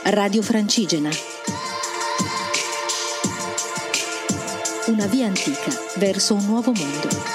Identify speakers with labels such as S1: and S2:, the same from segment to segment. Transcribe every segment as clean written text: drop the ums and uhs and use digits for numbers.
S1: Radio Francigena. Una via antica verso un nuovo mondo.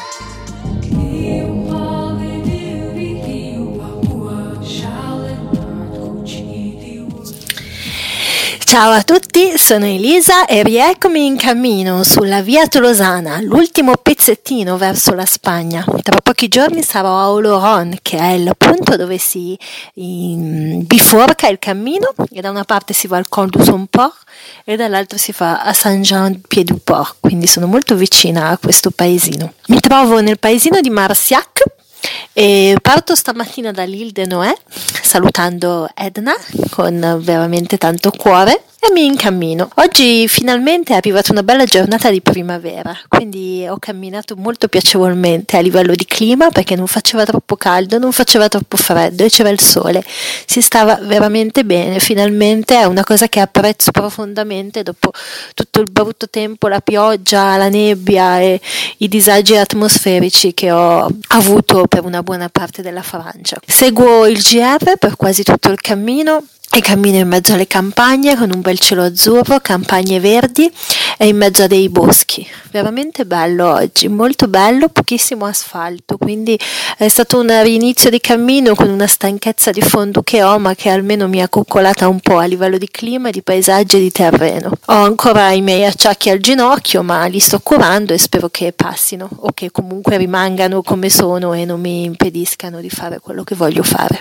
S2: Ciao a tutti, sono Elisa e rieccomi in cammino sulla via Tolosana, l'ultimo pezzettino verso la Spagna. Tra pochi giorni sarò a Oloron, che è il punto dove si biforca il cammino, e da una parte si va al Col du Somport e dall'altra si va a Saint-Jean-Pied-du-Port, quindi sono molto vicina a questo paesino. Mi trovo nel paesino di Marciac e parto stamattina dall'Île de Noé salutando Edna con veramente tanto cuore e mi incammino. Oggi finalmente è arrivata una bella giornata di primavera, quindi ho camminato molto piacevolmente a livello di clima, perché non faceva troppo caldo, non faceva troppo freddo e c'era il sole, si stava veramente bene. Finalmente è una cosa che apprezzo profondamente dopo tutto il brutto tempo, la pioggia, la nebbia e i disagi atmosferici che ho avuto per una buona parte della Francia. Seguo il GR per quasi tutto il cammino e cammino in mezzo alle campagne con un bel cielo azzurro, campagne verdi e in mezzo a dei boschi. Veramente bello oggi, molto bello, pochissimo asfalto, quindi è stato un rinizio di cammino con una stanchezza di fondo che ho, ma che almeno mi ha coccolata un po' a livello di clima, di paesaggio e di terreno. Ho ancora i miei acciacchi al ginocchio, ma li sto curando e spero che passino o che comunque rimangano come sono e non mi impediscano di fare quello che voglio fare.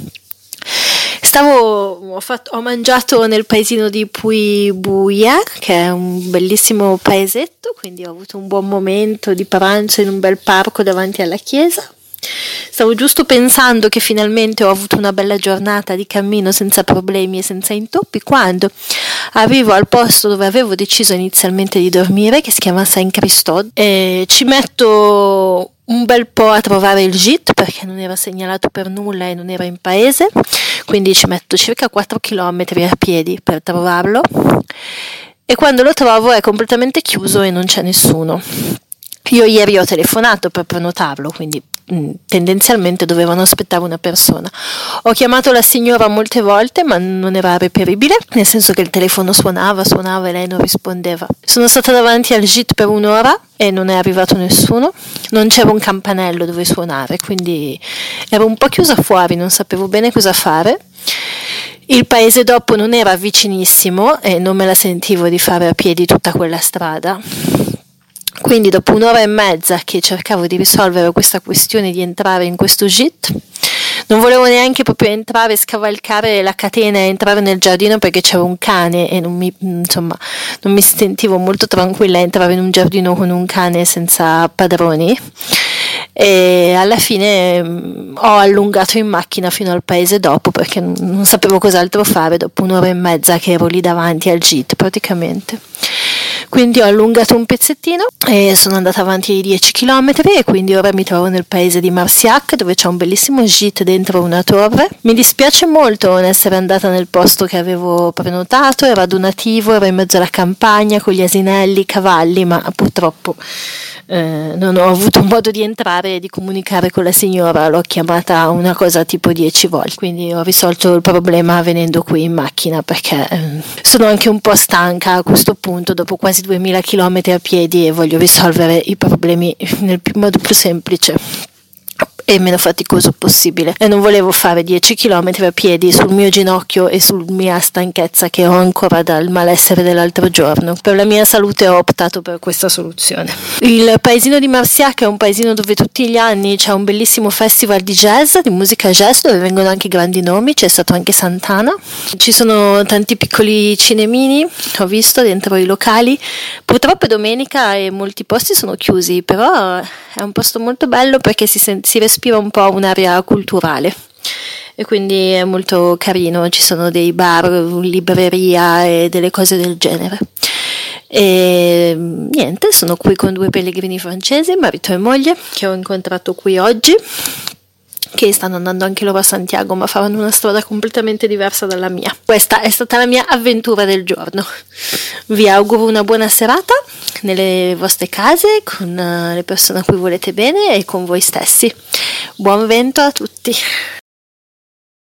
S2: Ho mangiato nel paesino di Puy-Bouillard, che è un bellissimo paesetto, quindi ho avuto un buon momento di pranzo in un bel parco davanti alla chiesa. Stavo giusto pensando che finalmente ho avuto una bella giornata di cammino senza problemi e senza intoppi, quando arrivo al posto dove avevo deciso inizialmente di dormire, che si chiama Saint-Christophe, e ci metto un bel po' a trovare il gîte perché non era segnalato per nulla e non era in paese, quindi ci metto circa 4 chilometri a piedi per trovarlo, e quando lo trovo è completamente chiuso e non c'è nessuno. Io ieri ho telefonato per prenotarlo, quindi tendenzialmente dovevano aspettare una persona. Ho chiamato la signora molte volte, ma non era reperibile, nel senso che il telefono suonava e lei non rispondeva. Sono stata davanti al gîte per un'ora e non è arrivato nessuno, non c'era un campanello dove suonare, quindi ero un po' chiusa fuori, non sapevo bene cosa fare. Il paese dopo non era vicinissimo e non me la sentivo di fare a piedi tutta quella strada. Quindi dopo un'ora e mezza che cercavo di risolvere questa questione di entrare in questo gîte, non volevo neanche proprio entrare, scavalcare la catena e entrare nel giardino perché c'era un cane e non mi sentivo molto tranquilla a entrare in un giardino con un cane senza padroni. E alla fine ho allungato in macchina fino al paese dopo perché non sapevo cos'altro fare dopo un'ora e mezza che ero lì davanti al gîte praticamente. Quindi ho allungato un pezzettino e sono andata avanti ai 10 km e quindi ora mi trovo nel paese di Marciac, dove c'è un bellissimo gîte dentro una torre. Mi dispiace molto non essere andata nel posto che avevo prenotato, era donativo, era in mezzo alla campagna con gli asinelli, i cavalli, ma purtroppo non ho avuto modo di entrare e di comunicare con la signora, l'ho chiamata una cosa tipo 10 volte, quindi ho risolto il problema venendo qui in macchina perché sono anche un po' stanca a questo punto dopo quasi 2000 km a piedi e voglio risolvere i problemi nel modo più semplice e meno faticoso possibile, e non volevo fare 10 km a piedi sul mio ginocchio e sulla mia stanchezza che ho ancora dal malessere dell'altro giorno. Per la mia salute ho optato per questa soluzione. Il paesino di Marciac è un paesino dove tutti gli anni c'è un bellissimo festival di jazz, di musica jazz, dove vengono anche grandi nomi, c'è stato anche Santana, ci sono tanti piccoli cinemini, ho visto dentro i locali. Purtroppo è domenica e molti posti sono chiusi, però è un posto molto bello perché si respira un po' un'area culturale e quindi è molto carino, ci sono dei bar, libreria e delle cose del genere. E niente, sono qui con 2 pellegrini francesi, marito e moglie, che ho incontrato qui oggi, che stanno andando anche loro a Santiago, ma faranno una strada completamente diversa dalla mia. Questa è stata la mia avventura del giorno. Vi auguro una buona serata nelle vostre case, con le persone a cui volete bene e con voi stessi. Buon vento a tutti.